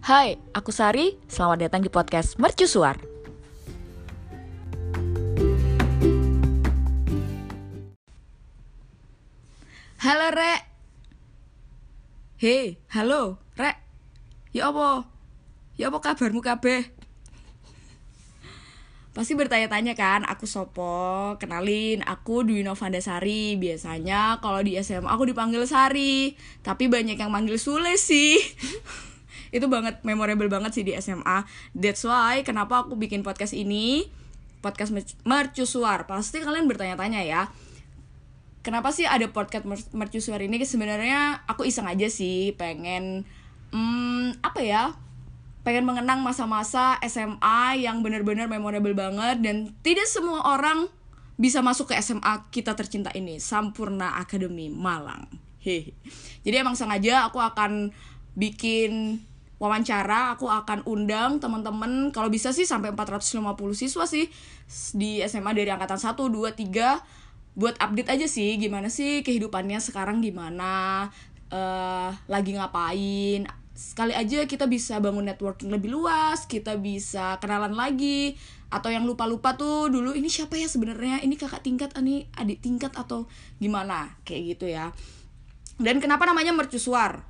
Hai, aku Sari. Selamat datang di podcast Mercusuar. Halo, Rek. Hei, halo, Rek. Ya apa kabarmu kabeh? Pasti bertanya-tanya kan, aku sopo? Kenalin, aku Dwi Novandasari. Biasanya kalau di SMA aku dipanggil Sari, tapi banyak yang manggil Sule sih. Itu banget, memorable banget sih di SMA. That's why kenapa aku bikin podcast ini, podcast Mercusuar. Pasti kalian bertanya-tanya ya, kenapa sih ada podcast Mercusuar ini? Sebenarnya aku iseng aja sih, pengen pengen mengenang masa-masa SMA yang benar-benar memorable banget. Dan tidak semua orang bisa masuk ke SMA kita tercinta ini, Sampurna Academy Malang. Hehe. Jadi emang sengaja aku akan bikin wawancara, aku akan undang teman-teman, kalau bisa sih sampai 450 siswa sih di SMA dari angkatan 1, 2, 3, buat update aja sih gimana sih kehidupannya sekarang, gimana, lagi ngapain. Sekali aja kita bisa bangun networking lebih luas, kita bisa kenalan lagi. Atau yang lupa-lupa tuh dulu, ini siapa ya sebenarnya, ini kakak tingkat, ini adik tingkat atau gimana, kayak gitu ya. Dan kenapa namanya Mercusuar?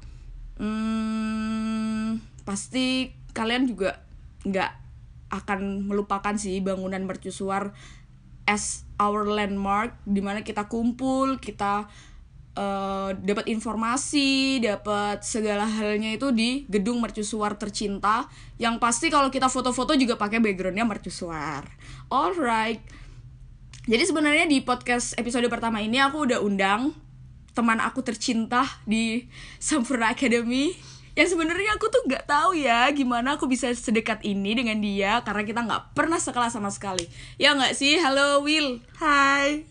Pasti kalian juga nggak akan melupakan sih bangunan Mercusuar as our landmark, dimana kita kumpul, kita dapat informasi, dapat segala halnya itu di gedung Mercusuar tercinta, yang pasti kalau kita foto-foto juga pakai backgroundnya Mercusuar. Alright, jadi sebenarnya di podcast episode pertama ini aku udah undang teman aku tercinta di Sampurna Academy, yang sebenarnya aku tuh nggak tahu ya gimana aku bisa sedekat ini dengan dia, karena kita nggak pernah sekelas sama sekali. Ya nggak sih? Halo Will. Hai.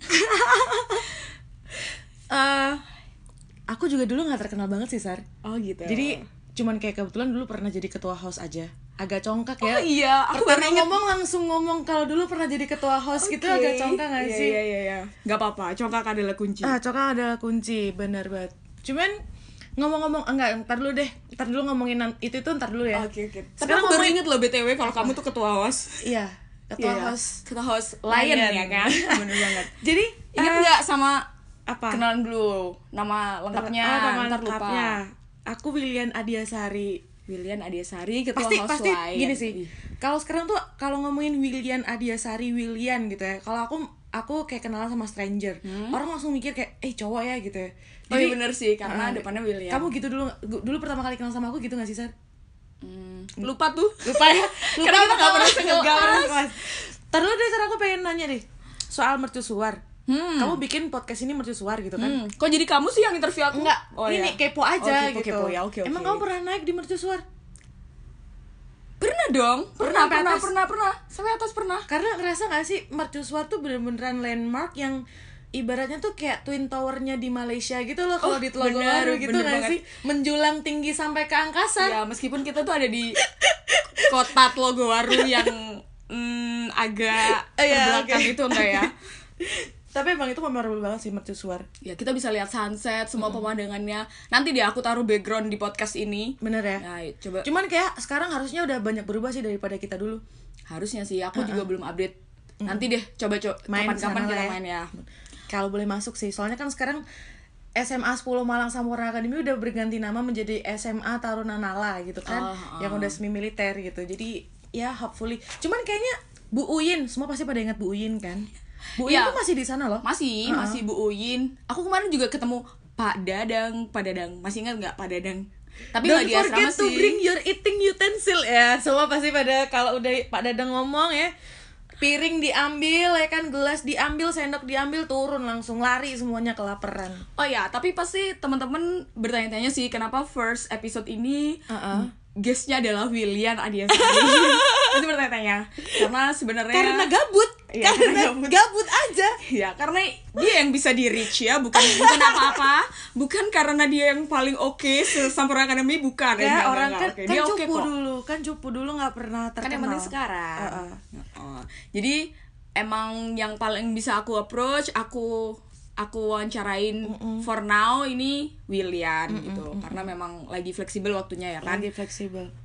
Aku juga dulu nggak terkenal banget sih, Sar. Oh gitu. Jadi cuman kayak kebetulan dulu pernah jadi ketua host aja. Agak congkak ya. Oh iya, aku pertama ngomong langsung ngomong kalau dulu pernah jadi ketua host gitu, agak congkak nggak sih? Iya. Nggak apa-apa, congkak adalah kunci. Congkak adalah kunci, benar banget. Cuman ngomong-ngomong, ntar dulu ngomongin itu ntar dulu ya. Oke. Tapi aku baru inget loh BTW kalau kamu tuh ketua host. Iya, ketua host Lion ya kan. Bener banget. Jadi ingat nggak sama apa? Kenalan dulu nama lengkapnya. Nama ntar lengkapnya. Lupa. Aku Willian Adiasari, ketua host pasti Lion. Gini sih. Kalau sekarang tuh kalau ngomongin Willian Adiasari, Willian gitu ya. Kalau aku kayak kenalan sama stranger, orang langsung mikir kayak cowok ya gitu ya. Jadi, iya bener sih, karena depannya William. Kamu gitu dulu pertama kali kenal sama aku gitu gak sih, Sar? Lupa ya. Karena kita gak pernah sekelas. Terus deh, Sar, aku pengen nanya deh soal Mercusuar. Kamu bikin podcast ini Mercusuar gitu kan? Kok jadi kamu sih yang interview aku? Enggak, ini kepo aja gitu. Kepo ya, oke. Emang kamu pernah naik di Mercusuar? Pernah dong, pernah. Sampai atas pernah. Karena ngerasa gak sih Mercusuar tuh bener-beneran landmark yang ibaratnya tuh kayak Twin Tower-nya di Malaysia gitu loh, kalau di Telaga Baru gitu gak sih? Menjulang tinggi sampai ke angkasa. Ya, meskipun kita tuh ada di kota Telaga Baru yang agak terbelakang itu enggak ya. Tapi emang itu memorable banget sih Mercusuar. Ya, kita bisa lihat sunset, semua pemandangannya. Nanti deh aku taruh background di podcast ini. Bener ya? Nah, coba. Cuman kayak sekarang harusnya udah banyak berubah sih daripada kita dulu. Harusnya sih, aku juga belum update. Nanti deh, coba kapan-kapan kita main ya. Kalau boleh masuk sih, soalnya kan sekarang SMA 10 Malang Sampurna Academy udah berganti nama menjadi SMA Taruna Nala gitu kan, yang udah semi militer gitu. Jadi ya hopefully. Cuman kayaknya Bu Uyin, semua pasti pada ingat Bu Uyin kan? Bu Uyin tuh masih di sana loh. Masih Bu Uyin. Aku kemarin juga ketemu Pak Dadang. Masih ingat nggak Pak Dadang? Tapi nggak di asrama sih. Don't forget to bring your eating utensil ya. Semua pasti pada kalau udah Pak Dadang ngomong ya, piring diambil ya kan, gelas diambil, sendok diambil, turun langsung lari semuanya kelaparan. Oh ya, tapi pasti teman-teman bertanya-tanya sih kenapa first episode ini guestnya adalah Willian Adiasari. Pasti bertanya-tanya karena sebenarnya karena gabut. Ya, karena gabut aja. Ya, karena dia yang bisa di reach ya, bukan apa-apa, bukan karena dia yang paling oke Sampurna Academy, bukan. Ya, orang kan dia cupu dulu nggak pernah terkenal. Kan yang penting sekarang. Jadi emang yang paling bisa aku approach, aku wawancarain for now ini Willian gitu, karena memang lagi fleksibel waktunya ya kan. Lagi fleksibel.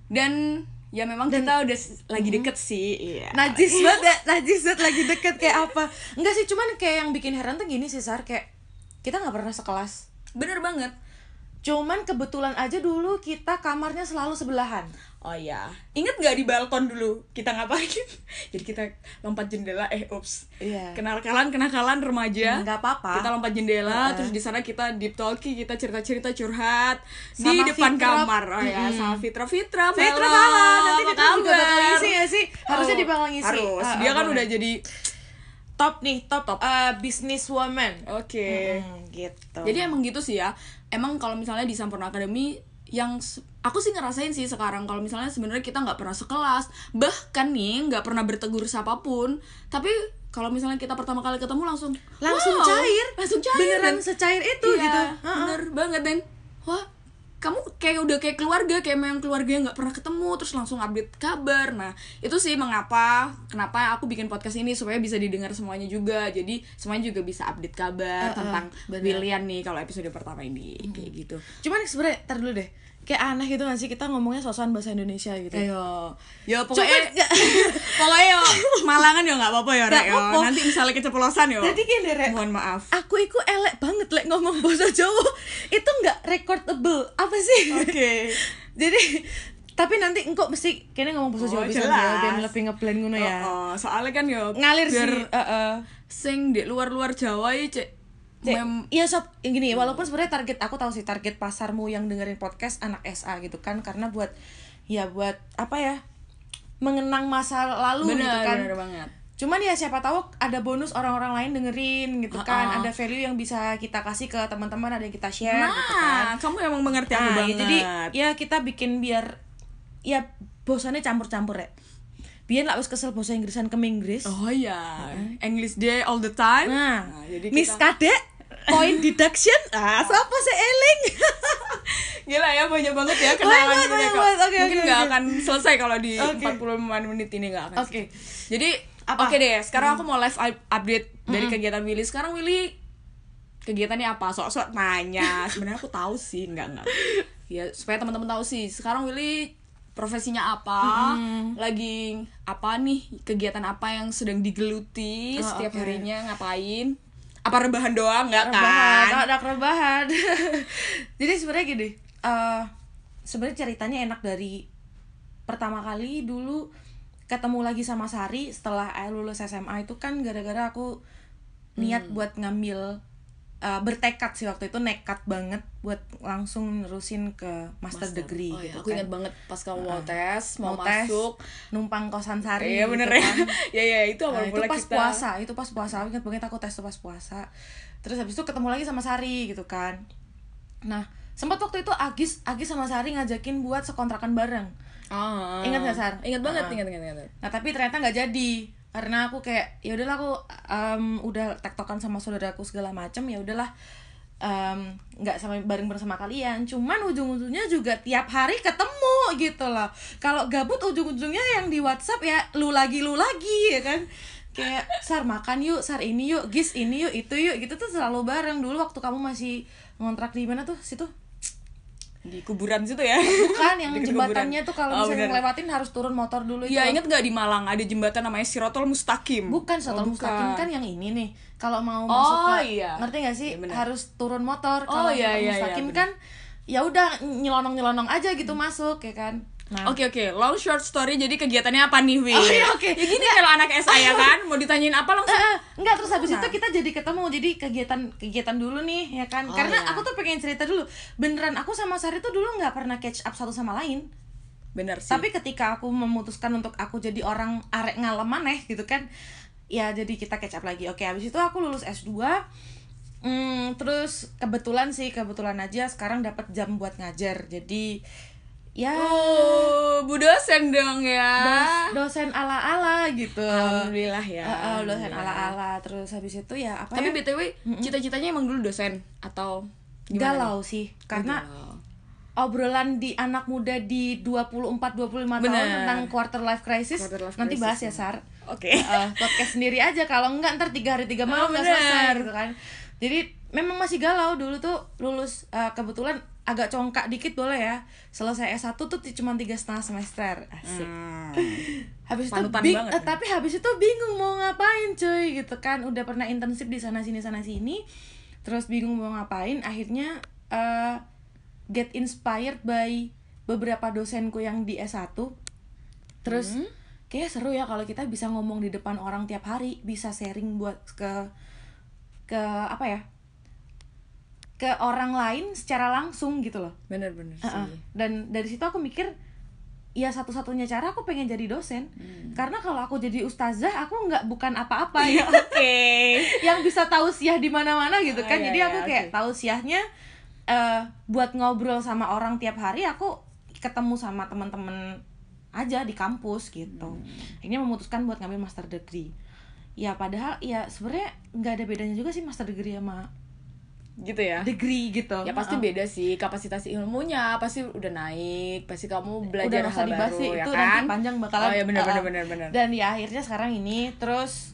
Dan ya memang kita udah lagi deket sih. Iya. Najis banget lagi deket kayak apa. Enggak sih, cuman kayak yang bikin heran tuh gini sih Sar, kayak kita gak pernah sekelas. Bener banget. Cuman kebetulan aja dulu kita kamarnya selalu sebelahan. Oh iya, inget gak di balkon dulu kita ngapain? Jadi kita lompat jendela, Iya. kenakalan remaja. Nggak apa-apa. Kita lompat jendela, terus di sana kita deep talking, kita cerita-cerita curhat Sama di depan Fitra. kamar. Oh ya, sama Fitra Fitra malam. malah nanti Apa Fitra juga bakal kabar? ngisi ya sih. Harusnya dia bakal ngisi. Harus. Dia kan udah jadi top business woman. oke. Gitu. Jadi emang gitu sih ya. Emang kalau misalnya di Sampurna Academy yang aku sih ngerasain sih sekarang kalau misalnya sebenarnya kita nggak pernah sekelas, bahkan nih nggak pernah bertegur siapapun, tapi kalau misalnya kita pertama kali ketemu langsung langsung wow, cair beneran dan, secair itu iya, gitu. Bener banget. Dan wah, kamu kayak udah kayak keluarga, kayak memang keluarga yang nggak pernah ketemu, terus langsung update kabar. Nah itu sih kenapa aku bikin podcast ini, supaya bisa didengar semuanya juga, jadi semuanya juga bisa update kabar tentang Willian nih kalau episode pertama ini kayak gitu. Cuman sebenarnya tar dulu deh, kayak aneh gitu gak sih kita ngomongnya sosokan bahasa Indonesia gitu. Ya pokoknya pokoknya yo Malangan ya nggak apa-apa ya, Rek. Nanti misalnya keceplosan yo. Jadi gini, Rek. Mohon maaf. Aku iku elek banget lek ngomong bahasa Jawa. Itu nggak recordable. Apa sih? Oke. Jadi tapi nanti engkau mesti kene ngomong bahasa Jawa bisa ya, biar lebih ngeblend ngono ya. Soalnya kan yo Ngalir biar sih. sing di luar-luar Jawa ya, Cek. Iya sob, gini, walaupun sebenarnya aku tahu sih target pasarmu yang dengerin podcast anak SA gitu kan, karena buat apa ya, mengenang masa lalu gitu kan. Bener banget. Cuman ya siapa tahu ada bonus orang-orang lain dengerin gitu kan, ada value yang bisa kita kasih ke teman-teman, ada yang kita share gitu kan. Kamu emang mengerti aku banget. Ya, jadi ya kita bikin biar ya bosannya campur-campur ya. Biar lah wis kesel bahasa Inggrisan ke Inggris. Oh iya, English day all the time. Nah jadi Miss Kadek point deduction, siapa sih eling? Gila ya, banyak banget ya kenalan gitu ya, kok. Mungkin nggak akan selesai kalau di 40 menit ini, nggak akan. Jadi oke deh, sekarang aku mau live update dari kegiatan Willy. Sekarang Willy kegiatannya apa? Sok-sok nanya. Sebenarnya aku tahu sih, enggak. Ya supaya teman-teman tahu sih. Sekarang Willy profesinya apa? Lagi apa nih? Kegiatan apa yang sedang digeluti setiap harinya, ngapain? Apa rebahan doang? Nggak kan? Ada rebahan. Jadi sebenarnya gini, sebenarnya ceritanya enak dari pertama kali dulu ketemu lagi sama Sari setelah lulus SMA itu kan gara-gara aku niat buat ngambil bertekad sih waktu itu, nekat banget buat langsung nerusin ke master degree gitu. Aku ingat banget pas kamu mau tes, mau masuk, numpang kosan Sari. Iya bener gitu ya. Ya itu awal itu mulai pas kita. Itu pas puasa. Aku ingat banget aku tes tuh pas puasa. Terus habis itu ketemu lagi sama Sari gitu kan. Nah, sempat waktu itu Agis sama Sari ngajakin buat sekontrakan bareng. Ingat gak Sar? Ingat banget, ingat. Nah tapi ternyata nggak jadi karena aku kayak ya udahlah, aku udah tektokan sama saudaraku segala macem, ya udahlah nggak sama bareng sama kalian. Cuman ujung-ujungnya juga tiap hari ketemu gitu loh. Kalau gabut ujung-ujungnya yang di WhatsApp ya lu lagi ya kan. Kayak Sar makan yuk, Sar ini yuk, Gis ini yuk, itu yuk, gitu tuh selalu bareng. Dulu waktu kamu masih ngontrak di mana tuh, situ? Di kuburan situ ya? Bukan, yang jembatannya tuh kalau misalnya ngelewatin harus turun motor dulu itu. Ya inget gak di Malang ada jembatan namanya Sirotol Mustaqim? Bukan, Sirotol Mustaqim kan yang ini nih. Kalau mau masuk ke, ngerti gak sih? Ya, harus turun motor. Kalau Sirotol Mustaqim kan ya udah nyelonong aja gitu masuk ya kan. Nah. Oke, long short story, jadi kegiatannya apa nih, Wi? Oke. Ya gini kalau anak SA ya kan, mau ditanyain apa langsung. Enggak, terus habis itu kita jadi ketemu, jadi kegiatan dulu nih ya kan. Karena aku tuh pengen cerita dulu. Beneran aku sama Sari tuh dulu nggak pernah catch up satu sama lain. Bener sih. Tapi ketika aku memutuskan untuk aku jadi orang arek ngalem maneh gitu kan, ya jadi kita catch up lagi. Oke, habis itu aku lulus S2. Terus kebetulan aja sekarang dapat jam buat ngajar. Jadi ya Bu dosen dong ya. Dosen ala-ala gitu. Alhamdulillah ya. Dosen ala-ala. Terus habis itu ya apa tapi ya? BTW cita-citanya emang dulu dosen atau gimana? Galau sih. Karena obrolan di anak muda di 24-25 tahun tentang quarter life crisis nanti bahas ya Sar. Oke. Podcast sendiri aja, kalau enggak ntar 3 hari 3 malam nggak selesai gitu kan. Jadi memang masih galau dulu tuh lulus, kebetulan agak congkak dikit boleh ya. Selesai S1 tuh cuma 3,5 semester. Asik. Habis itu tapi habis itu bingung mau ngapain cuy gitu kan. Udah pernah internship di sana sini terus bingung mau ngapain. Akhirnya get inspired by beberapa dosenku yang di S1. Terus kayak seru ya kalau kita bisa ngomong di depan orang tiap hari, bisa sharing buat ke apa ya, ke orang lain secara langsung gitu loh. Bener-bener sih. Dan dari situ aku mikir, ya satu-satunya cara aku pengen jadi dosen. Karena kalau aku jadi ustazah, aku bukan apa-apa ya. Yang bisa tausiah di mana-mana gitu kan. Jadi aku kayak tausiahnya buat ngobrol sama orang tiap hari, aku ketemu sama teman-teman aja di kampus gitu. Akhirnya memutuskan buat ngambil master degree. Ya padahal ya sebenarnya nggak ada bedanya juga sih master degree sama gitu ya, degree gitu. Ya pasti beda sih, kapasitas ilmunya pasti udah naik, pasti kamu belajar hal baru ya itu kan. Nanti panjang bakalan. Oh ya benar. Dan ya akhirnya sekarang ini terus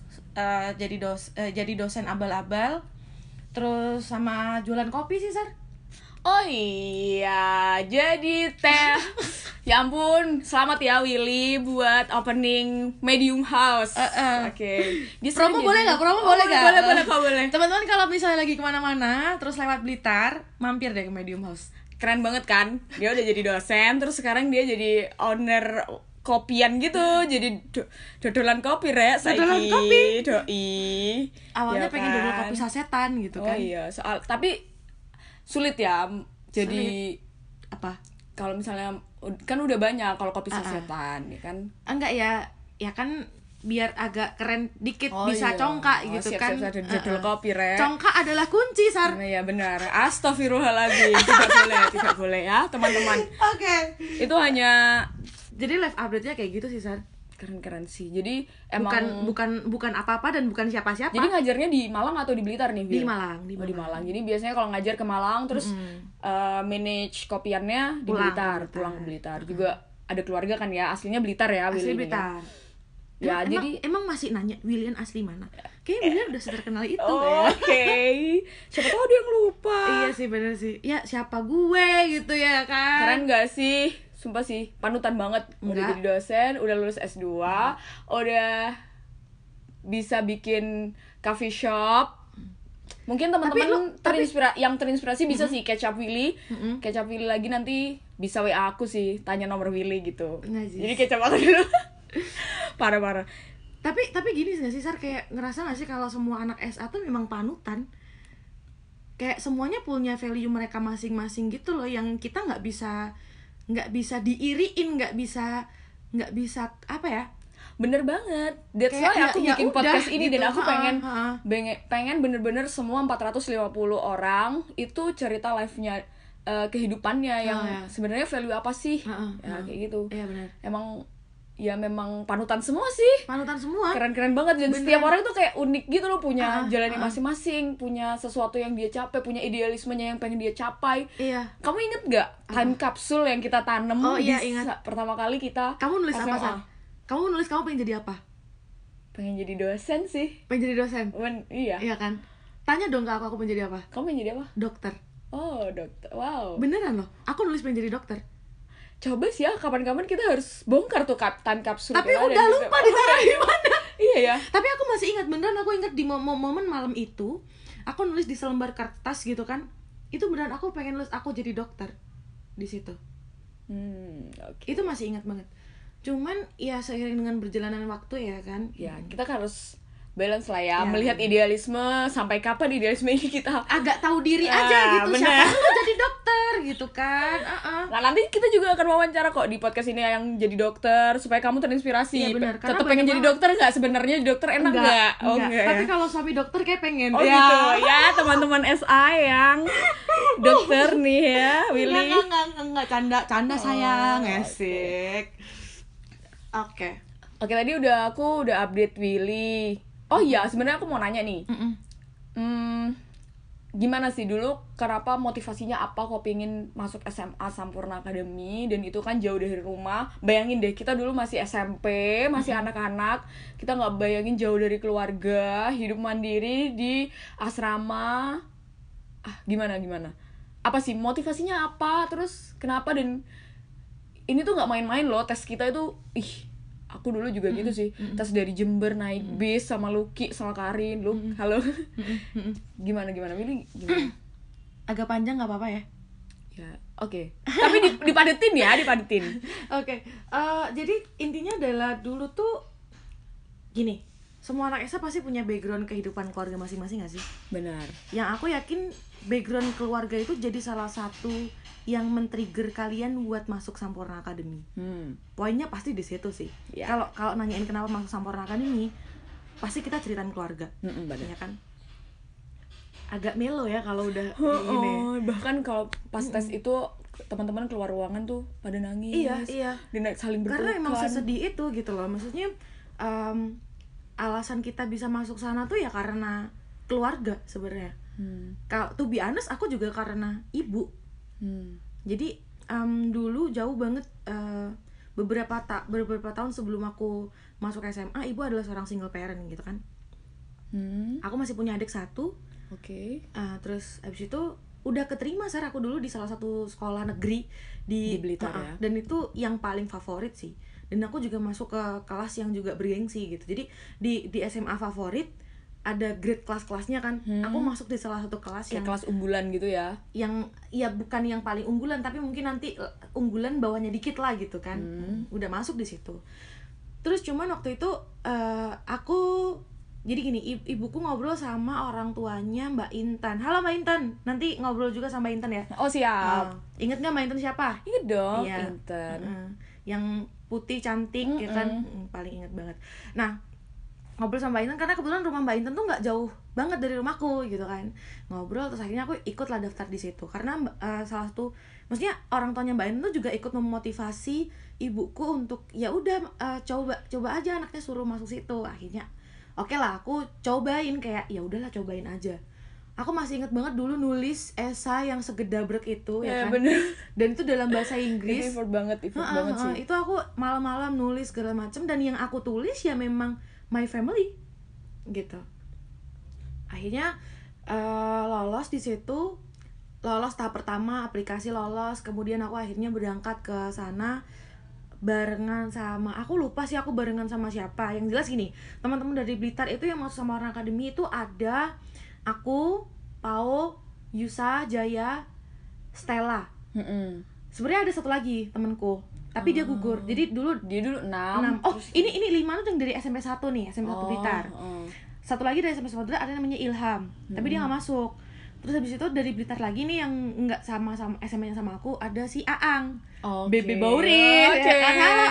jadi dosen abal-abal, terus sama jualan kopi sih Sar. Oh iya, jadi teh. Ya ampun, selamat ya Willy buat opening Medium House. Oke. Promo boleh nggak? Boleh. Boleh. Teman-teman kalau misalnya lagi kemana-mana, terus lewat Blitar, mampir deh ke Medium House. Keren banget kan? Dia udah jadi dosen, terus sekarang dia jadi owner kopian gitu, jadi dodolan kopi Dodolan kopi. Doi. Awalnya ya pengen kan? dodol kopi sasetan gitu kan. Oh iya, tapi sulit ya. Jadi apa? Kalau misalnya kan udah banyak kalau kopi sasetan ya kan. Enggak ya kan biar agak keren dikit bisa congkak gitu kan. Siap, dodol kopi, Re. Congkak adalah kunci, Sar. Nah, ya benar. Astagfirullahaladzim. Tidak boleh ya, teman-teman. Oke. Itu hanya jadi live update-nya kayak gitu sih, Sar. Keren sih. Jadi emang bukan apa-apa dan bukan siapa-siapa. Jadi ngajarnya di Malang atau di Blitar nih, Di Wil? Malang. Di Malang. Jadi biasanya kalau ngajar ke Malang terus manage kopiannya di Blitar, pulang ke Blitar. Juga ada keluarga kan ya, aslinya Blitar ya, Asli Willy. Blitar. Ya, jadi emang masih nanya William asli mana? Kayaknya William udah terkenal itu ya. Oke. Siapa tahu dia yang lupa. Iya sih, bener sih. Ya siapa gue gitu ya kan. Keren gak sih? Sumpah sih, panutan banget. Udah jadi dosen, udah lulus S2, udah bisa bikin coffee shop. Mungkin teman-teman yang terinspirasi bisa sih Kecap Willy. Kecap Willy lagi nanti bisa WA aku sih, tanya nomor Willy gitu. Jadi Kecap aku dulu. Parah. Tapi gini gak sih, Sar, kayak ngerasa gak sih kalau semua anak SA tuh memang panutan? Kayak semuanya punya value mereka masing-masing gitu loh, yang kita nggak bisa diiriin, nggak bisa apa ya. Bener banget. That's why aku bikin podcast ini gitu. Dan aku pengen bener-bener semua 450 orang itu cerita live-nya, kehidupannya yang sebenarnya value apa sih, kayak gitu. Iya benar. Memang panutan semua sih. Panutan semua. Keren banget. Dan setiap orang tuh kayak unik gitu loh, punya jalannya masing-masing, punya sesuatu yang dia capai, punya idealismenya yang pengen dia capai. Iya. Kamu inget gak time capsule yang kita tanam ingat. Pertama kali kita? Kamu nulis SMA. apa, San? Kamu nulis kamu pengen jadi apa? Pengen jadi dosen sih. Pengen jadi dosen? Iya. Iya kan? Tanya dong ke aku pengen jadi apa? Kamu pengen jadi apa? Dokter. Oh, dokter. Wow. Beneran loh. Aku nulis pengen jadi dokter. Coba sih ya, kapan-kapan kita harus bongkar tuh time capsule. Tapi udah lupa ditaruh di mana. Iya ya. Tapi aku masih ingat, beneran aku ingat di momen malam itu, aku nulis di selembar kertas gitu kan. Itu beneran aku pengen nulis aku jadi dokter di situ. Okay. Itu masih ingat banget. Cuman ya seiring dengan berjalanan waktu ya kan. Ya, kita harus balance lah ya, melihat idealisme sampai kapan idealisme ini kita agak tahu diri aja gitu. Bener. Siapa lu jadi dokter gitu kan. Nah nanti kita juga akan wawancara kok di podcast ini yang jadi dokter supaya kamu terinspirasi. Iya benar. Tetap pengen jadi dokter nggak? Sebenarnya dokter enak nggak? Enggak. Tapi kalau suami dokter kayak pengen. Oh ya. Gitu ya, teman-teman SA yang dokter nih ya, Willy. Enggak canda sayang, asik. Oke, tadi aku udah update Willy. Oh iya, sebenarnya aku mau nanya nih. Gimana sih dulu, kenapa motivasinya apa kok pengen masuk SMA Sampurna Academy, dan itu kan jauh dari rumah. Bayangin deh, kita dulu masih SMP, masih anak-anak, kita nggak bayangin jauh dari keluarga, hidup mandiri di asrama. Gimana? apa sih motivasinya apa, terus kenapa, dan ini tuh nggak main-main loh tes kita itu. Aku dulu juga gitu sih, tes dari Jember naik bis sama Lucky sama Karin. Halo. gimana Willy gimana? Agak panjang nggak apa-apa ya? Ya oke. Tapi dipadetin ya, dipadetin. Oke. Jadi intinya adalah dulu tuh gini, semua anak SMA pasti punya background kehidupan keluarga masing-masing gak sih? Benar. Yang aku yakin background keluarga itu jadi salah satu yang men-trigger kalian buat masuk Sampurna Academy. Poinnya pasti di situ sih. Kalau nanyain kenapa masuk Sampurna Academy, pasti kita ceritain keluarga. Ya kan? Agak melo ya kalau udah ini. Bahkan kalau pas tes itu teman-teman keluar ruangan tuh pada nangis. Iya. Dan saling berpelukan. Karena emang sesedih itu gitu loh. Maksudnya alasan kita bisa masuk sana tuh ya karena keluarga sebenarnya. Kalau to be honest, aku juga karena ibu. Jadi dulu jauh banget, beberapa tahun sebelum aku masuk SMA, ibu adalah seorang single parent gitu kan. Aku masih punya adik satu. Oke. Terus abis itu udah keterima aku dulu di salah satu sekolah negeri di Blitar ya. Dan itu yang paling favorit sih. Dan aku juga masuk ke kelas yang juga bergengsi gitu. Jadi di SMA favorit ada grade kelas-kelasnya kan. Aku masuk di salah satu kelas yang kelas unggulan gitu ya. Yang ya bukan yang paling unggulan, tapi mungkin nanti unggulan bawahnya dikit lah gitu kan. Udah masuk di situ. Terus cuman waktu itu aku jadi gini, ibuku ngobrol sama orang tuanya Mbak Intan. Halo Mbak Intan, nanti ngobrol juga sama Mbak Intan ya. Oh siap. Ingat nggak Mbak Intan siapa? Ingat dong, iya. Intan. Yang putih cantik ya kan, paling ingat banget. Nah, ngobrol sama Mbak Intan karena kebetulan rumah Mbak Intan tuh nggak jauh banget dari rumahku gitu kan. Ngobrol terus akhirnya aku ikutlah daftar di situ karena salah satu, maksudnya orang tuanya Mbak Intan tuh juga ikut memotivasi ibuku untuk ya udah coba aja anaknya, suruh masuk situ. Akhirnya oke lah, aku cobain, kayak ya udahlah cobain aja. Aku masih inget banget dulu nulis esai yang segedabrek itu ya kan. Bener. Dan itu dalam bahasa Inggris. Itu effort banget sih. Itu aku malam-malam nulis segala macem, dan yang aku tulis ya memang my family gitu. Akhirnya lolos di situ, lolos tahap pertama, aplikasi lolos, kemudian aku akhirnya berangkat ke sana barengan sama, aku lupa sih aku barengan sama siapa. Yang jelas gini, teman-teman dari Blitar itu yang masuk sama orang akademi itu ada aku, Pao, Yusa, Jaya, Stella. Sebenarnya ada satu lagi temanku, tapi dia gugur. Jadi dia dulu 6. Oh, ini 5 tuh yang dari SMP 1 nih, SMP 1 Blitar. Satu lagi dari SMP 1 Blitar ada namanya Ilham, tapi dia nggak masuk. Terus habis itu dari Blitar lagi nih yang nggak sama SMA-nya sama aku, ada si Aang. Bebe Baurin, ya kan? Halo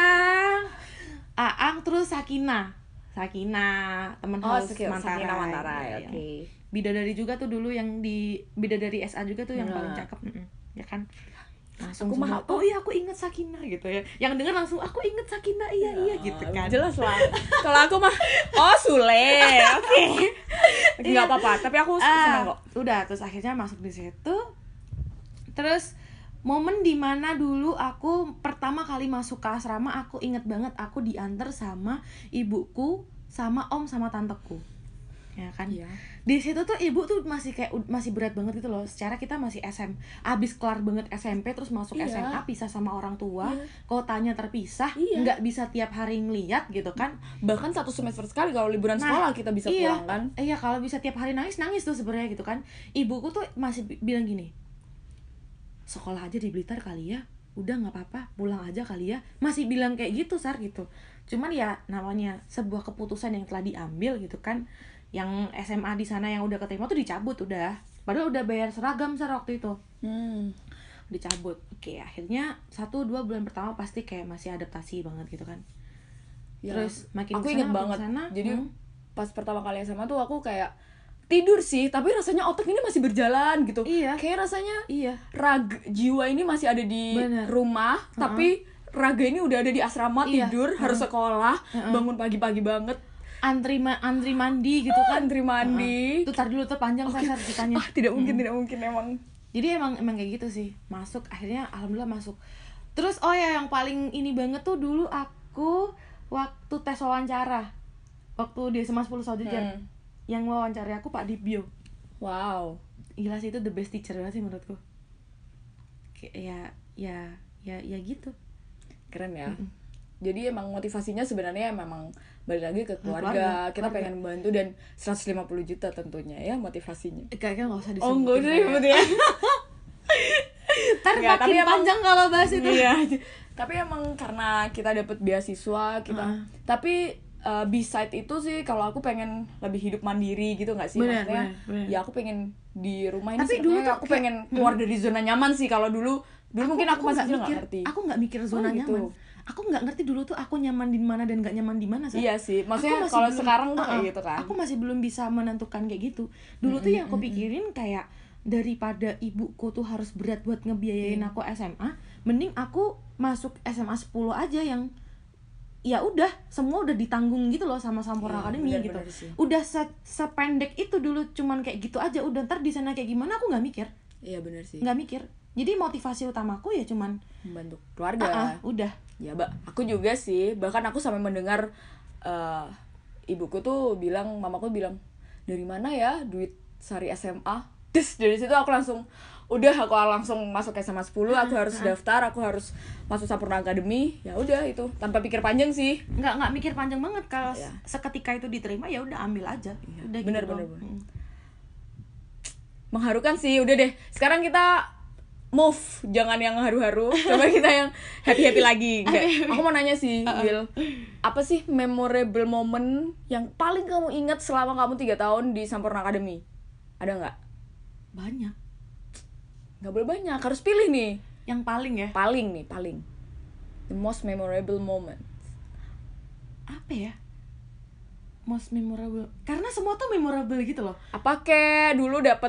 Aang, terus Sakina, teman house Mantara. Oke. Bidadari juga tuh dulu yang di Bidadari SA juga tuh yang paling cakep, ya kan? Langsung aku semua, oh iya aku inget Sakina gitu ya. Yang denger langsung aku inget Sakina, iya gitu kan. Jelas lah. Kalau aku mah Sule. Oke. Enggak apa-apa, tapi aku senang kok. Udah, terus akhirnya masuk di situ. Terus momen dimana dulu aku pertama kali masuk ke asrama, aku inget banget aku diantar sama ibuku, sama om, sama tanteku, ya kan. Di situ tuh ibu tuh masih berat banget gitu loh. Secara kita masih abis kelar banget SMP terus masuk SMA, pisah sama orang tua, kotanya terpisah, nggak bisa tiap hari ngeliat gitu kan. Bahkan 1 semester sekali kalau liburan sekolah kita bisa pulang kan. Iya, kalau bisa tiap hari nangis tuh sebenarnya gitu kan. Ibuku tuh masih bilang gini, sekolah aja di Blitar kali ya, udah nggak apa-apa, pulang aja kali ya. Masih bilang kayak gitu gitu. Cuman ya namanya sebuah keputusan yang telah diambil gitu kan. Yang SMA di sana yang udah keterima tuh dicabut udah. Padahal udah bayar seragam waktu itu. Dicabut. Oke, akhirnya 1-2 bulan pertama pasti kayak masih adaptasi banget gitu kan. Terus makin aku inget banget. Jadi pas pertama kali SMA tuh aku kayak tidur sih, tapi rasanya otak ini masih berjalan gitu. Kayak rasanya jiwa ini masih ada di rumah, tapi raga ini udah ada di asrama, tidur, harus sekolah, bangun pagi-pagi banget. Antri mandi gitu kan. Antri mandi. Tuh tar dulu tuh panjang ceritanya. Tidak mungkin emang. Jadi emang kayak gitu sih. Masuk, akhirnya alhamdulillah masuk. Terus yang paling ini banget tuh dulu aku waktu tes wawancara. Waktu di SMA 10 Saudijar. Yang wawancara aku Pak Dibyo. Wow. gila sih, itu the best teacher banget sih menurutku. Ya gitu. Keren ya. Jadi emang motivasinya sebenarnya memang balik lagi ke keluarga. Kita pengen bantu, dan 150 juta tentunya ya motivasinya. Kayaknya nggak usah disebutin. Oh enggak usah disebutin ya. Ntar makin panjang kalau bahas itu. Iya. Tapi emang karena kita dapat beasiswa, kita tapi beside itu sih kalau aku pengen lebih hidup mandiri gitu nggak sih? Maksudnya ya aku pengen di rumah ini. Tapi dulu tuh aku pengen keluar dari zona nyaman sih. Kalau dulu mungkin aku masih nggak ngerti. Aku nggak mikir zona nyaman. Aku nggak ngerti dulu tuh aku nyaman di mana dan nggak nyaman di mana. Iya sih, maksudnya kalau sekarang tuh kayak gitu kan. Aku masih belum bisa menentukan kayak gitu. Dulu tuh yang aku pikirin kayak, daripada ibuku tuh harus berat buat ngebiayain aku SMA, mending aku masuk SMA 10 aja yang ya udah semua udah ditanggung gitu loh sama Sampurna Academy gitu. Udah sependek itu dulu, cuman kayak gitu aja. Udah, ntar di sana kayak gimana aku nggak mikir. Iya benar sih. Nggak mikir. Jadi motivasi utamaku ya cuman membantu keluarga. Udah. Ya, aku juga sih. Bahkan aku sampai mendengar ibuku tuh bilang, mamaku bilang, dari mana ya duit sehari SMA? Terus dari situ aku langsung masuk SMA 10, aku harus daftar, aku harus masuk Sampurna Academy. Ya udah itu, tanpa pikir panjang sih. Nggak mikir panjang banget. Kalau seketika itu diterima ya udah ambil aja. Udah bener, gitu. Bener. Mengharukan sih. Udah deh. Sekarang kita move, jangan yang haru-haru. Coba kita yang happy-happy lagi. Aku mau nanya sih, Will. Apa sih memorable moment yang paling kamu ingat selama kamu 3 tahun di Sampurna Academy? Ada nggak? Banyak. Nggak boleh banyak, harus pilih nih. Yang paling ya? Paling. The most memorable moment. Apa ya? Most memorable. Karena semua tuh memorable gitu loh. Apa dulu dapet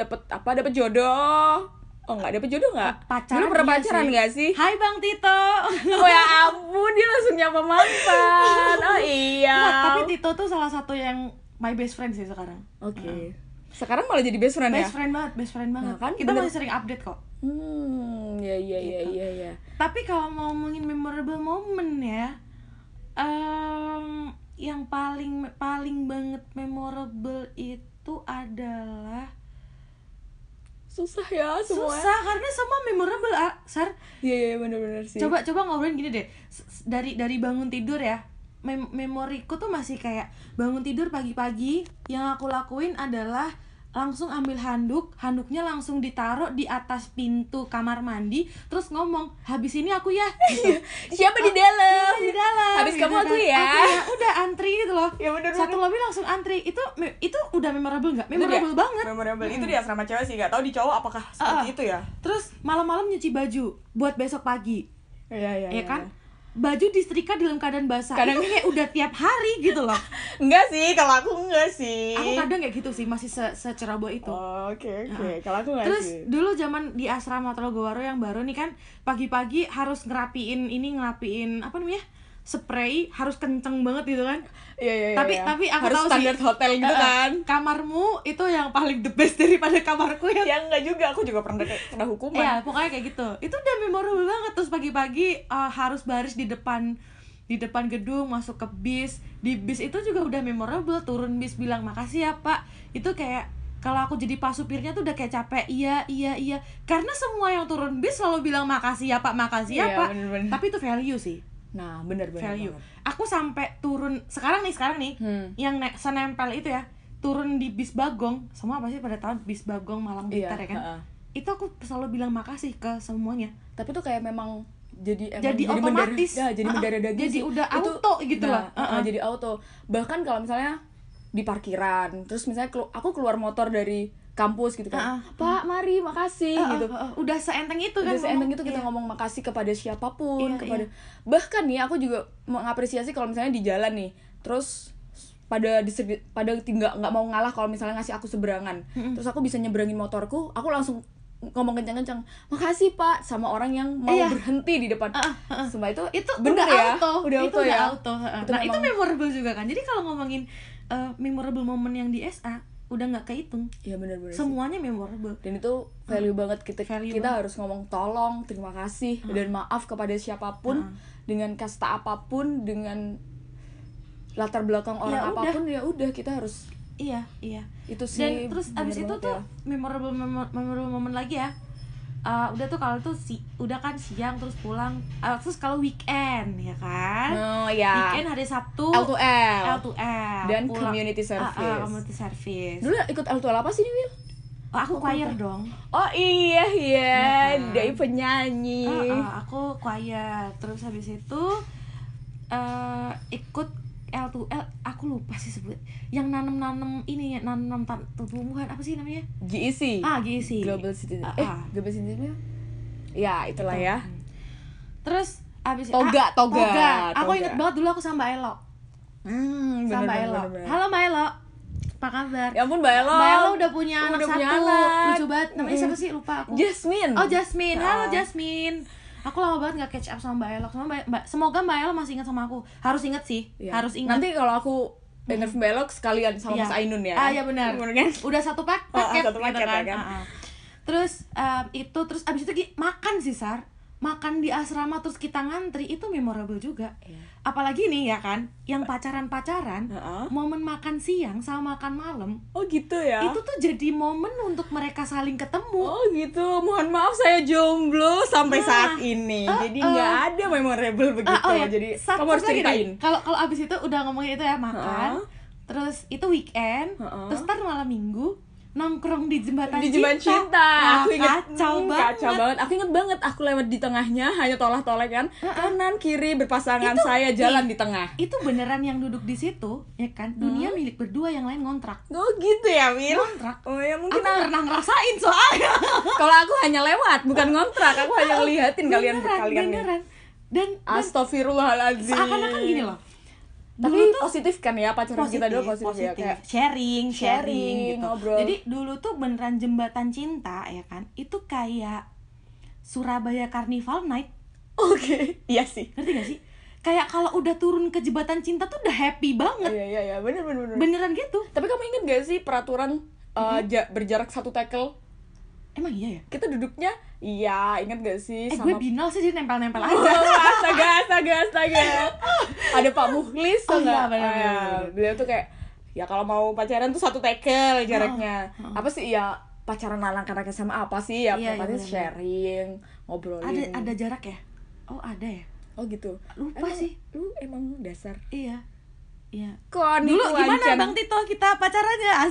jodoh? Oh nggak dapet jodoh nggak? Pacaran. Dulu pernah pacaran nggak sih? Hai Bang Tito. Oh ya ampun, dia langsung nyapa mantan. Oh iya. Nah, tapi Tito tuh salah satu yang my best friend sih sekarang. Oke. Sekarang malah jadi best friend ya? Best friend banget. Nah, kan kita masih sering update kok. Iya. Tapi kalau mau ngomongin memorable moment ya, yang paling banget memorable itu adalah susah ya semua. Susah karena semua memorable, Sar. Iya benar-benar sih. Coba ngobrolin gini deh. Dari bangun tidur ya. Memoriku tuh masih kayak bangun tidur pagi-pagi, yang aku lakuin adalah langsung ambil handuknya langsung ditaruh di atas pintu kamar mandi, terus ngomong, habis ini aku ya gitu. Siapa di dalam? Habis gitu kamu aku ya. Udah antri gitu loh. Ya, bener. Satu lobby langsung antri. Itu udah memorable nggak? Memorable banget. Memorable. Itu di asrama cewek sih, nggak tahu di cowok apakah seperti itu ya. Terus malam-malam nyuci baju buat besok pagi. Iya kan? Baju disetrika dalam keadaan basah. Kadang kayak udah tiap hari gitu loh. Enggak sih, kalau aku enggak sih. Aku kadang kayak gitu sih, masih seceroboh itu. Oke. Kalau aku enggak Terus, sih. Terus dulu zaman di asrama Telogowaro yang baru nih kan, pagi-pagi harus ngerapiin apa namanya? Spray, harus kenceng banget gitu kan. Iya. Tapi aku harus tahu standar sih, hotel gitu kan. Kamarmu itu yang paling the best daripada kamarku yang. Ya enggak juga, aku juga pernah kena hukuman. Iya, pokoknya kayak gitu. Itu udah memorable banget. Terus pagi-pagi harus baris di depan gedung, masuk ke bis. Di bis itu juga udah memorable. Turun bis bilang makasih ya Pak. Itu kayak, kalau aku jadi pas supirnya tuh udah kayak capek. Iya. Karena semua yang turun bis selalu bilang makasih ya Pak, makasih ya Pak. Bener. Tapi itu value sih. Nah, bener value. Banget. Aku sampai turun sekarang nih yang senempel itu ya, turun di bis Bagong. Semua pasti pada tahu bis Bagong Malang Blitar ya kan. Itu aku selalu bilang makasih ke semuanya. Tapi tuh kayak memang jadi otomatis. Jadi mendadak daging. Jadi udah auto gitu lah. Jadi auto. Bahkan kalau misalnya di parkiran, terus misalnya aku keluar motor dari kampus gitu kan, Pak mari makasih gitu. Udah seenteng itu kan. Udah seenteng itu kita ngomong makasih kepada siapapun, bahkan nih aku juga mengapresiasi kalau misalnya di jalan nih, terus pada nggak mau ngalah kalau misalnya ngasih aku seberangan, terus aku bisa nyeberangin motorku, aku langsung ngomong kencang-kencang makasih Pak sama orang yang mau berhenti di depan. Semua itu bener udah ya auto, ya. Nah itu memorable juga kan. Jadi kalau ngomongin memorable moment yang di SA udah nggak kehitung. Iya benar semuanya sih. Memorable. Dan itu value banget kita harus ngomong tolong, terima kasih dan maaf kepada siapapun, dengan kasta apapun, dengan latar belakang orang apapun, ya udah kita harus Iya. Itu sih. Dan terus abis bener itu banget tuh ya. memorable moment lagi ya. Udah tuh kalau tuh udah kan siang terus pulang, terus kalau weekend ya kan. Oh ya. Weekend hari Sabtu L2L dan community service. Community service. Dulu ikut L2L apa sih nih, Wil? Aku choir dong. Oh iya kan? dari penyanyi. Aku choir. Terus habis itu ikut L2L, aku lupa sih sebut. Yang nanam ini ya, nanam tumbuhan apa sih namanya? GEC. GEC. Global Citizen. Global Citizen. Ya, itulah Gitu. ya. Terus abis Toga. Aku inget banget dulu aku sama Mbak Elo. Sama Mbak Elo. Halo Mbak Elo. Apa kabar? Ya ampun Mbak Elo. Mbak Elo udah punya anak Udah punya satu. anak. Lucu banget. Namanya siapa sih? Lupa aku. Jasmine. Oh, Jasmine. Halo Jasmine. Aku lama banget gak catch up sama Mbak Elo. Semoga Mbak Elo masih ingat sama aku. Harus ingat sih. Ya. Harus ingat. Nanti kalau aku interview Mbak Elo sekalian sama Mas Ainun ya. Iya benar. Kan? Udah satu paket Satu paket gitu kan. ya kan? Terus terus abis itu makan sih Sar. Makan di asrama terus kita ngantri itu memorable juga. Apalagi nih ya kan, yang pacaran-pacaran, momen makan siang sama makan malam. Oh gitu ya. Itu tuh jadi momen untuk mereka saling ketemu. Oh gitu. Mohon maaf saya jomblo sampai saat ini. Jadi nggak ada memorable begitu. Jadi kamu harus ceritain. Kalau abis itu udah ngomongin itu ya makan. Terus itu weekend. Terus ntar malam minggu nongkrong di jembatan cinta. Aku inget kacau banget. Aku inget banget aku lewat di tengahnya hanya tolak-tolak kan. Kanan kiri berpasangan, saya jalan di tengah. Itu beneran yang duduk di situ ya kan. Dunia milik berdua, yang lain ngontrak. Oh gitu ya, Min. Ngontrak. Oh ya mungkin aku pernah ngerasain soalnya. Kalau aku hanya lewat, bukan ngontrak. Aku hanya ngeliatin kalian beneran. Dan astagfirullahaladzim. Seakan-akan gini loh. Tapi dulu tuh positif kan ya, pacaran kita dulu positif. Ya, kayak sharing gitu. Ngobrol. Jadi dulu tuh beneran jembatan cinta ya kan. Itu kayak Surabaya Carnival Night. Oke. Iya sih. Ngerti gak sih? Kayak kalau udah turun ke jembatan cinta tuh udah happy banget. Iya, bener. Beneran gitu. Tapi kamu inget gak sih peraturan berjarak 1 tackle? Emang iya ya? Kita duduknya, iya, inget gak sih? Gue binal sih, jadi nempel-nempel aja. Astaga. Ada Pak Mukhlis tuh iya, nggak? bener. Beliau tuh kayak, ya kalau mau pacaran tuh 1 tackle jaraknya. Apa sih, ya pacaran anak-anak SMA apa sih? Ya pokoknya sharing, ngobrolin. Ada jarak ya? Oh ada ya? Oh gitu. Lupa sih. Lu emang dasar. Iya. Kok dulu gimana Bang Tito kita pacarannya?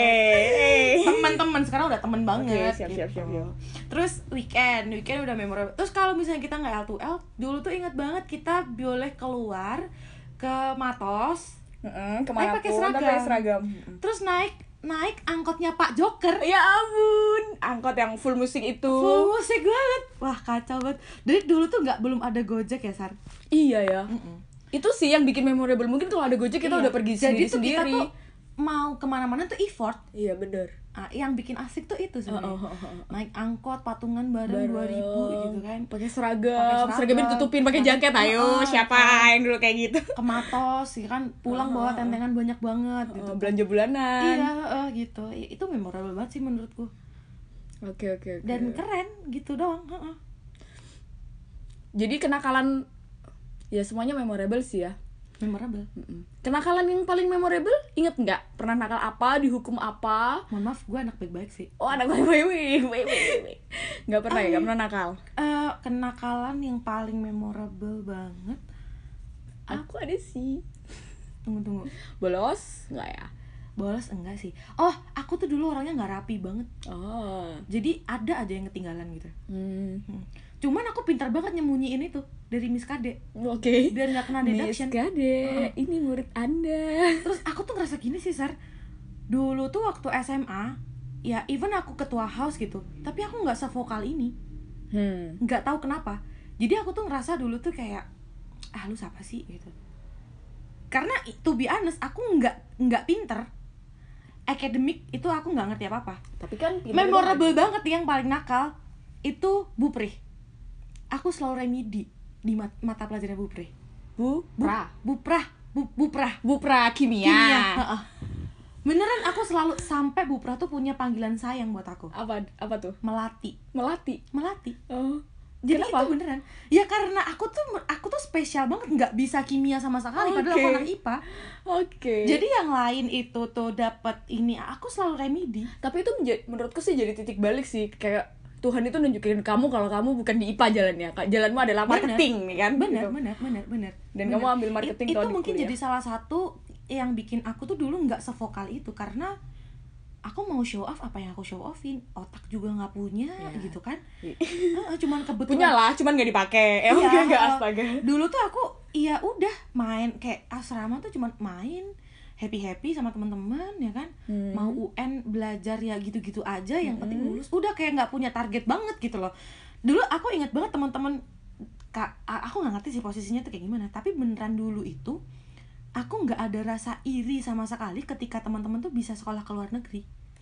Asik. Teman-teman, sekarang udah temen banget. Siap. Terus weekend udah memorable. Terus kalau misalnya kita nggak L2L, dulu tuh ingat banget kita boleh keluar ke Matos. Kemana pakai seragam. Terus naik angkotnya Pak Joker. Ya ampun, angkot yang full musik itu. Full musik banget. Wah kacau banget. Dari dulu tuh belum ada Gojek ya Sar. Iya ya. Itu sih yang bikin memorable. Mungkin kalau ada Gojek kita udah pergi sendiri. Jadi tuh kita tuh mau kemana-mana tuh effort. Iya bener. Yang bikin asik tuh itu sebenarnya. Naik angkot patungan bareng 2.000 gitu kan. Pakai seragamnya ditutupin pakai jaket. Ayo siapa yang dulu kayak gitu? Ke Matos ya kan, pulang bawa tentengan banyak banget gitu. Belanja bulanan. Iya gitu. Itu memorable banget sih menurutku. Oke. Dan keren gitu doang. Jadi kenakalan ya semuanya memorable sih ya. Memorable. Kenakalan yang paling memorable, inget nggak? Pernah nakal apa, dihukum apa? Mohon maaf, gue anak baik-baik sih. Oh anak baik-baik. Nggak pernah ya, nggak pernah nakal. Kenakalan yang paling memorable banget. Aku ada sih. Tunggu. Bolos nggak ya? Bolos enggak sih. Oh, aku tuh dulu orangnya nggak rapi banget. Oh. Jadi ada aja yang ketinggalan gitu. Cuman aku pintar banget nyembunyiin itu dari Miss Kade. Oke. Biar nggak kena deduction. Miss Kade, ini murid Anda. Terus aku tuh ngerasa gini sih Sar. Dulu tuh waktu SMA, ya even aku ketua house gitu, tapi aku nggak sevokal ini. Nggak tahu kenapa. Jadi aku tuh ngerasa dulu tuh kayak, lu siapa sih gitu. Karena to be honest, aku nggak pinter. Akademik itu aku nggak ngerti apa-apa. Tapi kan memorable banget yang paling nakal itu Bu Pri. Aku selalu remedi di mata pelajaran Bu Pri. Bupra kimia. Beneran aku selalu sampai Bu Pra tuh punya panggilan sayang buat aku. Apa tuh? Melati. Oh. Jadi Kenapa? itu beneran. Ya karena aku tuh spesial banget, nggak bisa kimia sama sekali, padahal aku anak IPA. Oke. Jadi yang lain itu tuh dapat ini, aku selalu remedi. Tapi itu menurutku sih jadi titik balik sih, kayak Tuhan itu nunjukin kamu kalau kamu bukan di IPA jalannya, jalanmu adalah marketing nih kan. Bener, gitu. bener. Dan kamu ambil marketing Itu tahun di mungkin kuliah. jadi salah satu yang bikin aku tuh dulu nggak sevokal itu, karena aku mau show off apa yang aku show offin, otak juga nggak punya gitu kan. Cuman kebetulan Punya lah, cuman nggak dipakai. Emang nggak astaga. Dulu tuh aku ya udah main kayak asrama tuh cuman main happy sama teman-teman ya kan. Mau UN belajar ya gitu-gitu aja, yang penting lulus. Udah kayak nggak punya target banget gitu loh. Dulu aku ingat banget teman-teman, aku nggak ngerti sih posisinya tuh kayak gimana, tapi beneran dulu itu aku nggak ada rasa iri sama sekali ketika teman-teman tuh bisa sekolah ke luar negeri.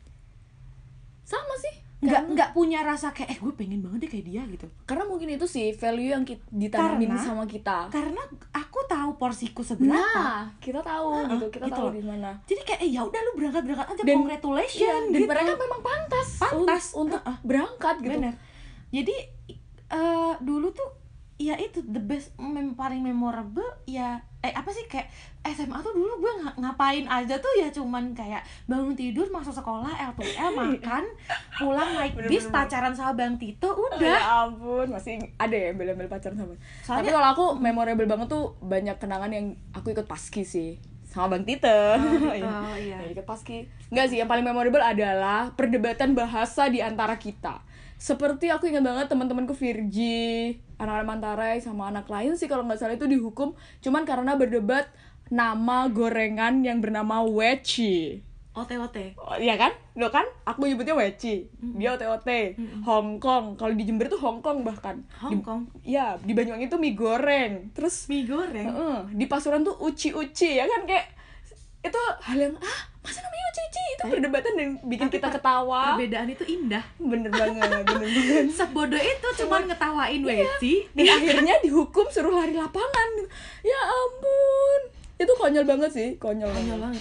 Sama sih. Nggak punya rasa kayak gue pengen banget deh kayak dia gitu. Karena mungkin itu sih value yang ditanamin sama kita. Karena aku tahu porsiku seberapa. Nah, kita tahu gitu, kita gitu tahu loh. di mana. Jadi kayak ya udah lu berangkat aja, Dan- congratulations Dan gitu. mereka memang pantas untuk berangkat gitu. Bener. Jadi dulu tuh ya itu the best, paling memorable ya apa sih, kayak SMA tuh dulu gue ngapain aja tuh ya, cuman kayak bangun tidur, masuk sekolah, L2L, makan, pulang naik bis, pacaran sama Bang Tito, udah. Ya ampun, masih ada ya embel-embel pacaran sama. Tapi kalau aku memorable banget tuh banyak kenangan yang aku ikut paski sih. Sama Bang Tito. Iya. Ya, ikut paski. Enggak sih, yang paling memorable adalah perdebatan bahasa di antara kita. Seperti aku ingat banget teman-temanku Virgi, anak-anak Mantarai sama anak lain sih kalau nggak salah itu dihukum cuman karena berdebat nama gorengan yang bernama Weci. OT. Oh, iya kan? Lo kan? Aku nyebutnya Weci. Dia OT. Hongkong. Kalau di Jember tuh Hongkong bahkan. Hongkong. Iya, di Banyuwangi tuh mie goreng. Terus Mie goreng. di Pasuruan tuh uci-uci ya kan, kayak itu hal yang masa namanya uci-uci, itu perdebatan dan bikin kita ketawa. Perbedaan itu indah. Bener banget. Sebodoh itu cuman ngetawain Weci. Dan akhirnya dihukum suruh lari lapangan. Ya ampun. Itu konyol banget sih, konyol banget.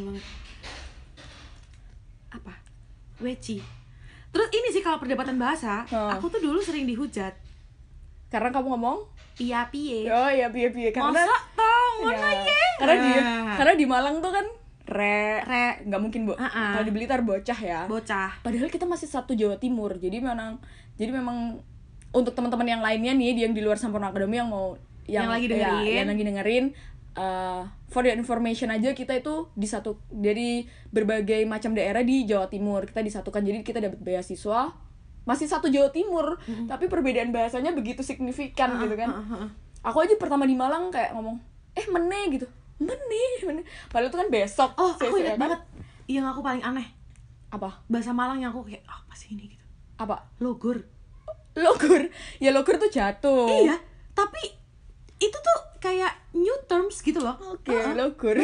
Apa? Weci. Terus ini sih kalau perdebatan bahasa, aku tuh dulu sering dihujat. Karena kamu ngomong Iya piye. oh iya piye karena Masa tong mana ye? karena di Malang tuh kan re nggak mungkin kalau di Blitar bocah ya. Bocah. Padahal kita masih satu Jawa Timur. Jadi memang untuk teman-teman yang lainnya nih yang di luar Sampurna Academy yang mau yang lagi dengerin for your information aja, kita itu dari berbagai macam daerah di Jawa Timur kita disatukan, jadi kita dapat beasiswa masih satu Jawa Timur, tapi perbedaan bahasanya begitu signifikan gitu kan. Aku aja pertama di Malang kayak ngomong mene gitu, mene padahal itu kan besok. Aku ingat banget yang aku paling aneh, apa bahasa Malang yang aku kayak apa sih ini gitu, apa logor ya, logor tuh jatuh. Iya, tapi itu tuh kayak new terms gitu loh. Oke, logor.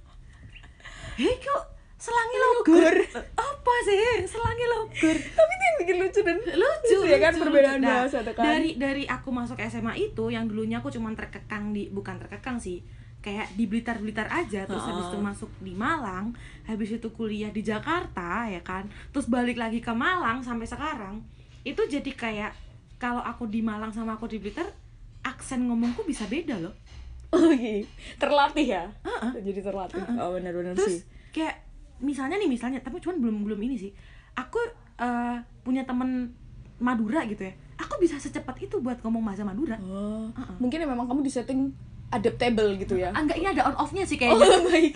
Kok selangi logor? Apa sih selangi logor? Tapi itu yang bikin lucu dan lucu ya kan, perbedaan bahasa tuh kan. Dari aku masuk SMA itu, yang dulunya aku cuman bukan terkekang sih, kayak di Blitar aja, terus habis itu masuk di Malang, habis itu kuliah di Jakarta ya kan, terus balik lagi ke Malang sampai sekarang. Itu jadi kayak kalau aku di Malang sama aku di Blitar, aksen ngomongku bisa beda loh. Oh iya, terlatih ya. Jadi terlatih. Oh benar-benar sih. Terus kayak misalnya, tapi cuman belum ini sih. Aku punya temen Madura gitu ya. Aku bisa secepat itu buat ngomong bahasa Madura. Mungkin ya memang kamu disetting adaptable gitu ya. Enggak, ini ada on off-nya sih kayaknya. Oh baik.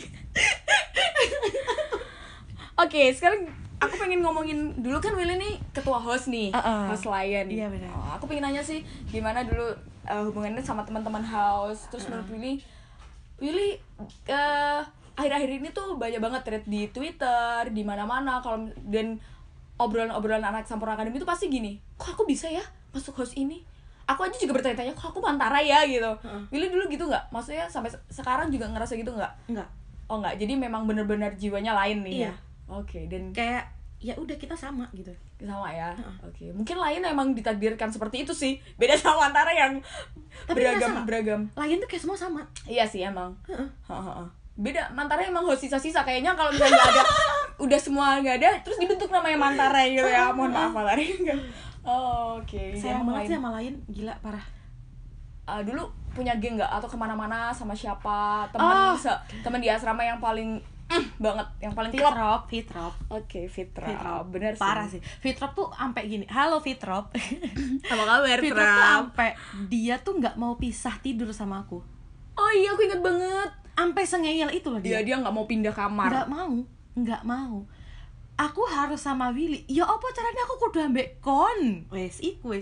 Oke, sekarang aku pengen ngomongin dulu kan Willy nih ketua host nih, host Lion. Iya benar. Aku pengen nanya sih gimana dulu hubungannya sama teman-teman house. Terus menurut Willy akhir-akhir ini tuh banyak banget thread di Twitter, di mana-mana, dan obrolan-obrolan anak Sampurna Academy itu pasti gini, kok aku bisa ya masuk host ini? Aku aja juga bertanya-tanya, kok aku Mantara ya gitu. Willy dulu gitu nggak? Maksudnya sampai sekarang juga ngerasa gitu nggak? Enggak. Oh nggak, jadi memang benar-benar jiwanya lain nih. Iya. Oke, dan Kayak ya udah kita sama gitu. sama ya. Oke, mungkin lain emang ditakdirkan seperti itu sih. Beda sama Mantara yang Tapi beragam. Lain tuh kayak semua sama. Iya sih emang. Beda, Mantara emang host sisa-sisa kayaknya kalau misalnya nggak ada udah semua nggak ada, terus dibentuk namanya Mantara gitu ya. Mohon maaf Mantara. Oke. Sayang banget sih sama Lion, gila parah. Dulu punya geng nggak atau kemana-mana sama siapa temen temen di asrama yang paling banget, yang paling klop? Fitrop. Oke, Fitrop. Bener sih. Parah sih. Fitrop tuh sampai gini. Halo Fitrop. Apa kabar, Fitrop tuh sampai dia tuh nggak mau pisah tidur sama aku. Oh iya, aku inget banget. Sampai sengeyel itu loh dia. Dia nggak mau pindah kamar. Nggak mau. Aku harus sama Willy. Ya apa caranya aku kudu ambek kon. Wes.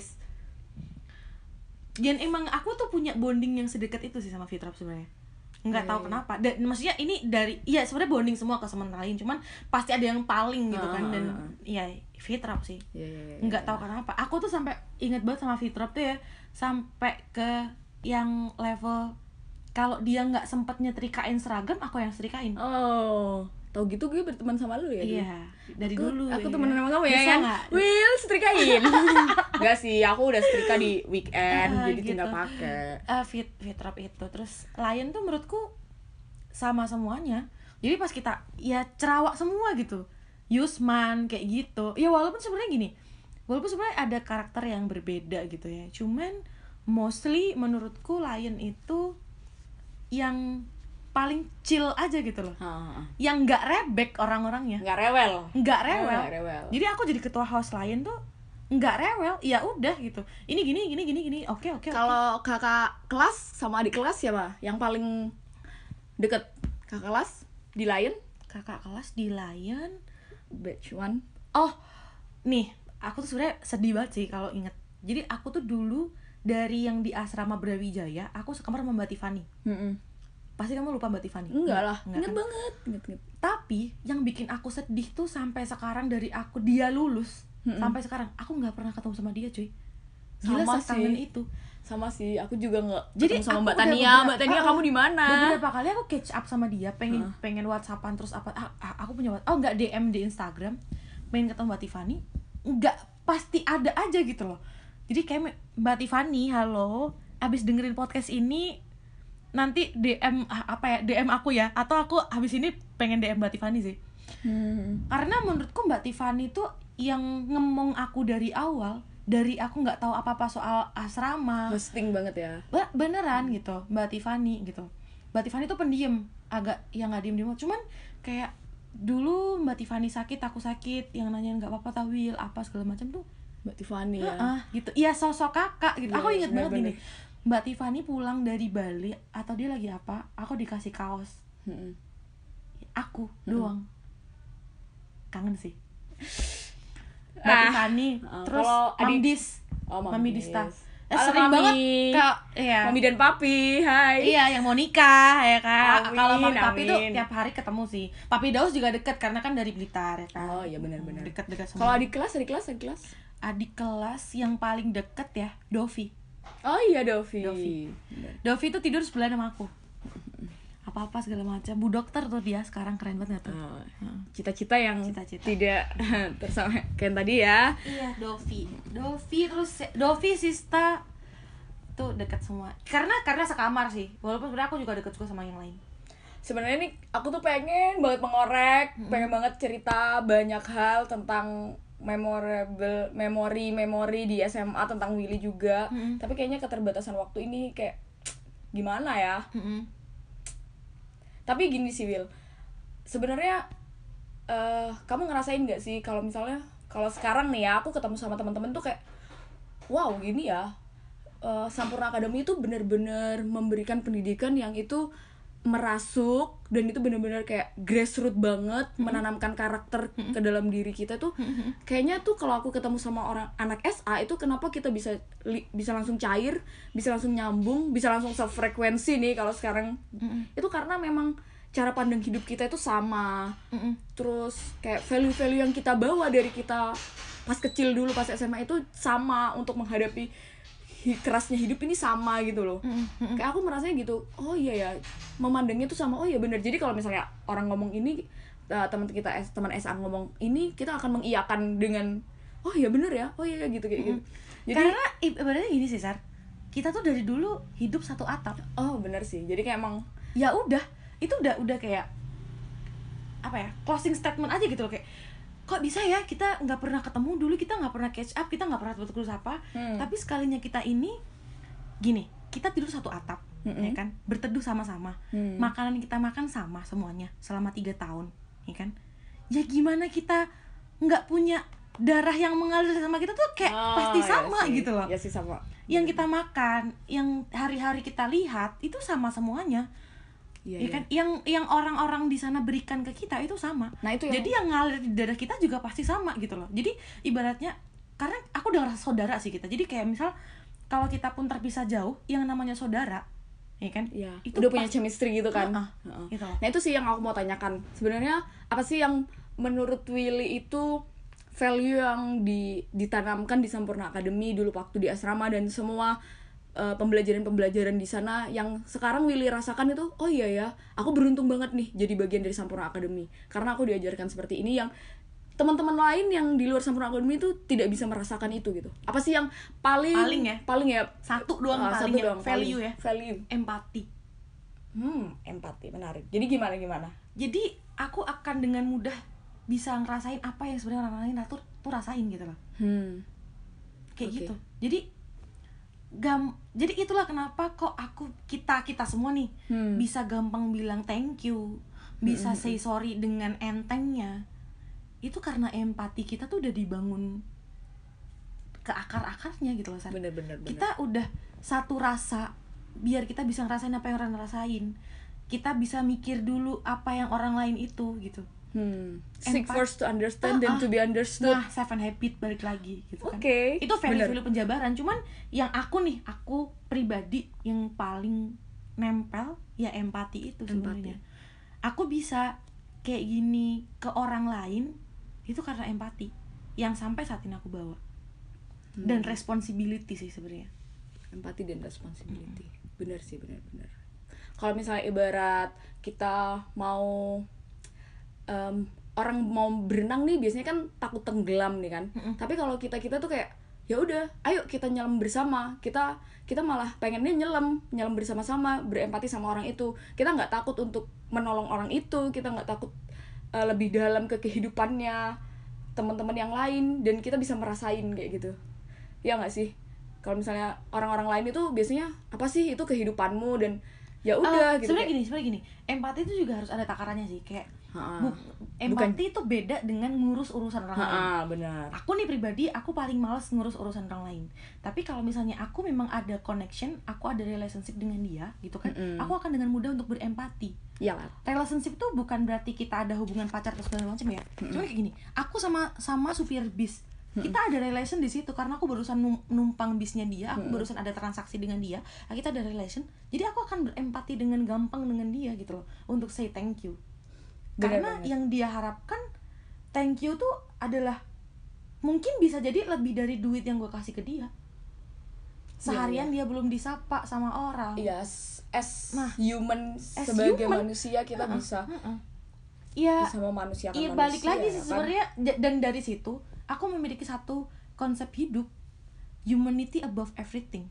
Dan emang aku tuh punya bonding yang sedekat itu sih sama Fitrop sebenarnya. Nggak tahu kenapa. Dan maksudnya ini dari sebenarnya bonding semua ke teman lain, cuman pasti ada yang paling gitu kan. Dan ya Fitrop sih. Nggak tahu kenapa. Aku tuh sampai inget banget sama Fitrop tuh ya, sampai ke yang level kalau dia nggak sempet nyetrikain seragam, aku yang setrikain. Oh, tau gitu gue berteman sama lu ya? Iya, dari dulu. Aku temenan sama kamu ya? Bisa kan? nggak? Will, setrikain. Enggak sih, aku udah setrika di weekend, jadi gitu. tinggal pakai. Fitrop itu. Terus Lion tuh menurutku sama semuanya. Jadi pas kita ya cerawak semua gitu. Yusman kayak gitu. Ya walaupun sebenarnya ada karakter yang berbeda gitu ya. Cuman mostly menurutku Lion itu yang paling chill aja gitu loh. Yang nggak rebek orang-orangnya. Nggak rewel. Jadi aku jadi ketua house Lion tuh nggak rewel, ya udah gitu. Ini gini. Oke. Kalau kakak kelas sama adik kelas siapa yang paling deket? Kakak kelas di Lion? Kakak kelas di Lion batch 1. Oh, nih, aku tuh sebenarnya sedih banget sih kalau inget. Jadi aku tuh dulu dari yang di asrama Brawijaya, aku sekamar sama Mbak Tiffany. Pasti kamu lupa Mbak Tiffany? Enggak lah, inget kan? banget. Tapi yang bikin aku sedih tuh sampai sekarang, dari dia lulus sampai sekarang aku nggak pernah ketemu sama dia, cuy. Gila, sekangen itu. Sama sih, aku juga nggak jadi ketemu sama Mbak Tania. Mbak Tania, kamu di mana? Beberapa kali aku catch up sama dia, pengen WhatsAppan terus apa? Aku punya nggak DM di Instagram, pengen ketemu Mbak Tiffany, nggak pasti ada aja gitu loh. Jadi kayak Mbak Tiffany, halo, abis dengerin podcast ini nanti DM DM aku ya, atau aku habis ini pengen DM Mbak Tiffany sih. Karena menurutku Mbak Tiffany tuh yang ngomong aku dari awal, dari aku nggak tahu apa-apa soal asrama, hosting banget ya. Beneran gitu, Mbak Tiffany gitu. Mbak Tiffany tuh pendiam, agak yang nggak diem cuman kayak dulu Mbak Tiffany sakit, aku sakit, yang nanyain nggak apa-apa tawil apa segala macam tuh Mbak Tiffany ya. Gitu. Iya, sosok kakak gitu. Aku inget banget bener. gini. Mbak Tiffany pulang dari Bali atau dia lagi apa? Aku dikasih kaos. Aku doang. Kangen sih. Mbak Tiffany, terus Mami Dista. Sering Mami. banget Kak, iya. Mami dan Papi, hai. Iya, yang mau nikah ya kan. Kalau Mami Papi tuh amin. tiap hari ketemu sih. Papi Daus juga deket karena kan dari Blitar ya kan. Oh iya, benar-benar. Deket-deket semua. Kalau adik kelas? Adik kelas yang paling deket ya, Dovi. Oh iya, Dovi. Dovi tuh tidur sebelah sama aku. Apa-apa segala macam. Bu dokter tuh dia, sekarang keren banget tuh. Cita-cita yang tidak tersampaikan kayak tadi ya. Iya, Dovi terus Dovi Sista tuh dekat semua. Karena sekamar sih. Walaupun sebenarnya aku juga dekat juga sama yang lain. Sebenarnya nih aku tuh pengen banget mengorek, pengen banget cerita banyak hal tentang memori di SMA tentang Willy juga. Tapi kayaknya keterbatasan waktu ini kayak gimana ya? Tapi gini sih, Will, sebenarnya kamu ngerasain nggak sih kalau misalnya kalau sekarang nih ya aku ketemu sama teman-teman tuh kayak wow gini ya, Sampurna Academy itu benar-benar memberikan pendidikan yang itu merasuk dan itu benar-benar kayak grassroots banget, menanamkan karakter ke dalam diri kita tuh. Kayaknya tuh kalau aku ketemu sama anak SA itu kenapa kita bisa langsung cair, bisa langsung nyambung, bisa langsung sefrekuensi nih kalau sekarang. Itu karena memang cara pandang hidup kita itu sama. Terus kayak value-value yang kita bawa dari kita pas kecil dulu pas SMA itu sama untuk menghadapi kerasnya hidup ini sama gitu loh. Kayak aku merasanya gitu, oh iya ya, memandangnya tuh sama, oh iya benar. Jadi kalau misalnya orang ngomong ini, teman SA ngomong ini, kita akan mengiyakan dengan oh iya benar ya, oh iya gitu kayak gitu. Jadi, karena ibaratnya gini sih, Sar, kita tuh dari dulu hidup satu atap. Oh benar sih, jadi kayak emang ya udah, itu udah kayak apa ya, closing statement aja gitu loh, kayak kok bisa ya kita nggak pernah ketemu dulu, kita nggak pernah catch up, kita nggak pernah terus apa, tapi sekalinya kita ini gini, kita tidur satu atap, ya kan, berteduh sama-sama, makanan kita makan sama semuanya selama 3 tahun, ya kan, ya gimana kita nggak punya darah yang mengalir sama kita tuh kayak pasti sama ya gitu loh. Ya sih sama. Yang kita makan, yang hari-hari kita lihat itu sama semuanya. Ya kan, yang orang-orang di sana berikan ke kita itu sama. Nah, itu jadi yang ngalir di darah kita juga pasti sama gitu loh. Jadi ibaratnya, karena aku udah ngerasa saudara sih kita. Jadi kayak misal kalau kita pun terpisah jauh, yang namanya saudara, ya kan? Ya, itu udah punya chemistry gitu kan. Gitu. Nah, itu sih yang aku mau tanyakan. Sebenarnya apa sih yang menurut Willy itu value yang ditanamkan di Sampurna Academy dulu waktu di asrama, dan semua pembelajaran di sana yang sekarang Willy rasakan itu, oh iya ya, aku beruntung banget nih jadi bagian dari Sampurna Academy karena aku diajarkan seperti ini, yang teman-teman lain yang di luar Sampurna Academy itu tidak bisa merasakan itu gitu. Apa sih yang paling ya satu doang value ya, value empati. Empati, menarik. Jadi gimana? Jadi aku akan dengan mudah bisa ngerasain apa yang sebenarnya orang lain tuh rasain gitu loh. Kayak gitu. Jadi itulah kenapa kok kita semua nih bisa gampang bilang thank you, bisa say sorry dengan entengnya. Itu karena empati kita tuh udah dibangun ke akar-akarnya gitu loh, San. Bener. Kita udah satu rasa, biar kita bisa ngerasain apa yang orang rasain. Kita bisa mikir dulu apa yang orang lain itu gitu. Seek first to understand, then to be understood. Nah, 7 habit balik lagi gitu kan. Itu value penjabaran. Cuman yang aku pribadi yang paling nempel ya empati itu sebenarnya. Aku bisa kayak gini ke orang lain itu karena empati yang sampai saat ini aku bawa. Dan responsibility sih sebenarnya. Empati dan responsibility. Benar sih, benar. Kalau misalnya ibarat kita mau orang mau berenang nih, biasanya kan takut tenggelam nih kan. Tapi kalau kita tuh kayak ya udah, ayo kita nyelam bersama. Kita malah pengennya nyelam bersama-sama, berempati sama orang itu. Kita nggak takut untuk menolong orang itu, kita nggak takut lebih dalam ke kehidupannya teman-teman yang lain, dan kita bisa merasain kayak gitu. Ya nggak sih? Kalau misalnya orang-orang lain itu biasanya apa sih itu kehidupanmu, dan ya udah gitu. Sebenarnya gini, empati itu juga harus ada takarannya sih, kayak empati itu beda dengan ngurus urusan orang lain. Benar. Aku nih pribadi, aku paling males ngurus urusan orang lain. Tapi kalau misalnya aku memang ada connection, aku ada relationship dengan dia gitu kan, aku akan dengan mudah untuk berempati. Iya. Relationship tuh bukan berarti kita ada hubungan pacar atau segala macam ya. Cuma kayak gini, aku sama supir bis, kita ada relation di situ karena aku barusan numpang bisnya dia, aku barusan ada transaksi dengan dia, kita ada relation. Jadi aku akan berempati dengan gampang dengan dia gitu loh, untuk say thank you. Karena yang dia harapkan thank you tuh adalah mungkin bisa jadi lebih dari duit yang gue kasih ke dia. Seharian dia belum disapa sama orang. Yes, human, sebagai manusia kita bisa bisa memanusiakan manusia. Balik lagi sih sebenarnya, dan dari situ aku memiliki satu konsep hidup, humanity above everything.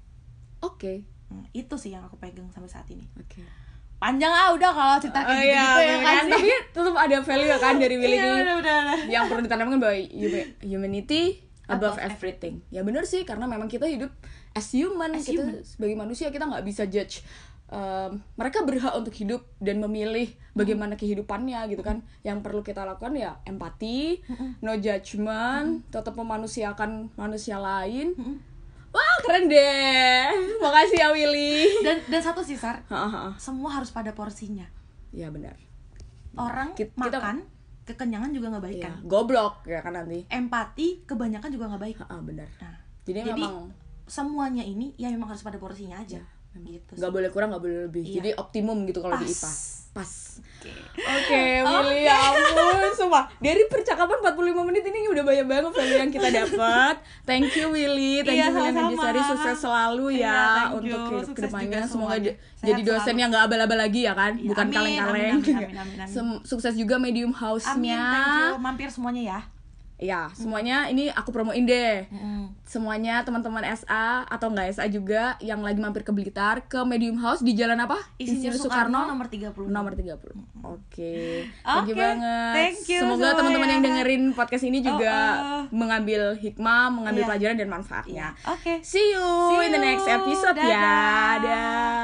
Itu sih yang aku pegang sampai saat ini. Panjang udah kalau cerita kayak gitu ya kan. Tapi tetap ada value ya kan dari Willy. Udah. Yang perlu ditanamkan bahwa humanity above everything. Ya benar sih, karena memang kita hidup as human. Sebagai manusia kita nggak bisa judge. Mereka berhak untuk hidup dan memilih bagaimana kehidupannya gitu kan. Yang perlu kita lakukan ya empati, no judgment, tetap memanusiakan manusia lain. Wah, keren deh. Makasih ya Willy. Dan satu sih, Sar. Semua harus pada porsinya. Ya benar. Orang makan kekenyangan juga nggak baik kan. Goblok ya kan nanti. Empati kebanyakan juga nggak baik. Benar. Nah, jadi memang semuanya ini ya memang harus pada porsinya aja. Gitu. Nggak boleh kurang, nggak boleh lebih. Jadi optimum gitu kalau di IPA. Pas. Oke, Willy, ya ampun, sumpah. Dari percakapan 45 menit ini udah banyak banget value yang kita dapat. Thank you Willy, thank you Willy Najisari, sukses selalu ya untuk hidup kedepannya. Semoga jadi dosen yang nggak abal-abal lagi ya kan, bukan kaleng-kaleng. Sukses juga Medium House-nya. Amin, thank you. Mampir semuanya ya. Ya, semuanya ini aku promoin deh. semuanya teman-teman SA atau enggak SA juga yang lagi mampir ke Blitar, ke Medium House di jalan apa? Insinyur Soekarno nomor 30. Nomor 30. Oke. Thank you banget. Thank you Semoga teman-teman yang dengerin podcast ini juga mengambil hikmah, mengambil pelajaran dan manfaatnya. Oke. See you in the next episode. Dadah. Ya. Dadah.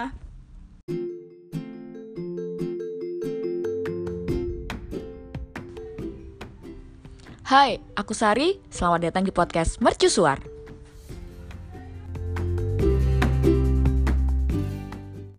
Hai, aku Sari. Selamat datang di podcast Mercusuar.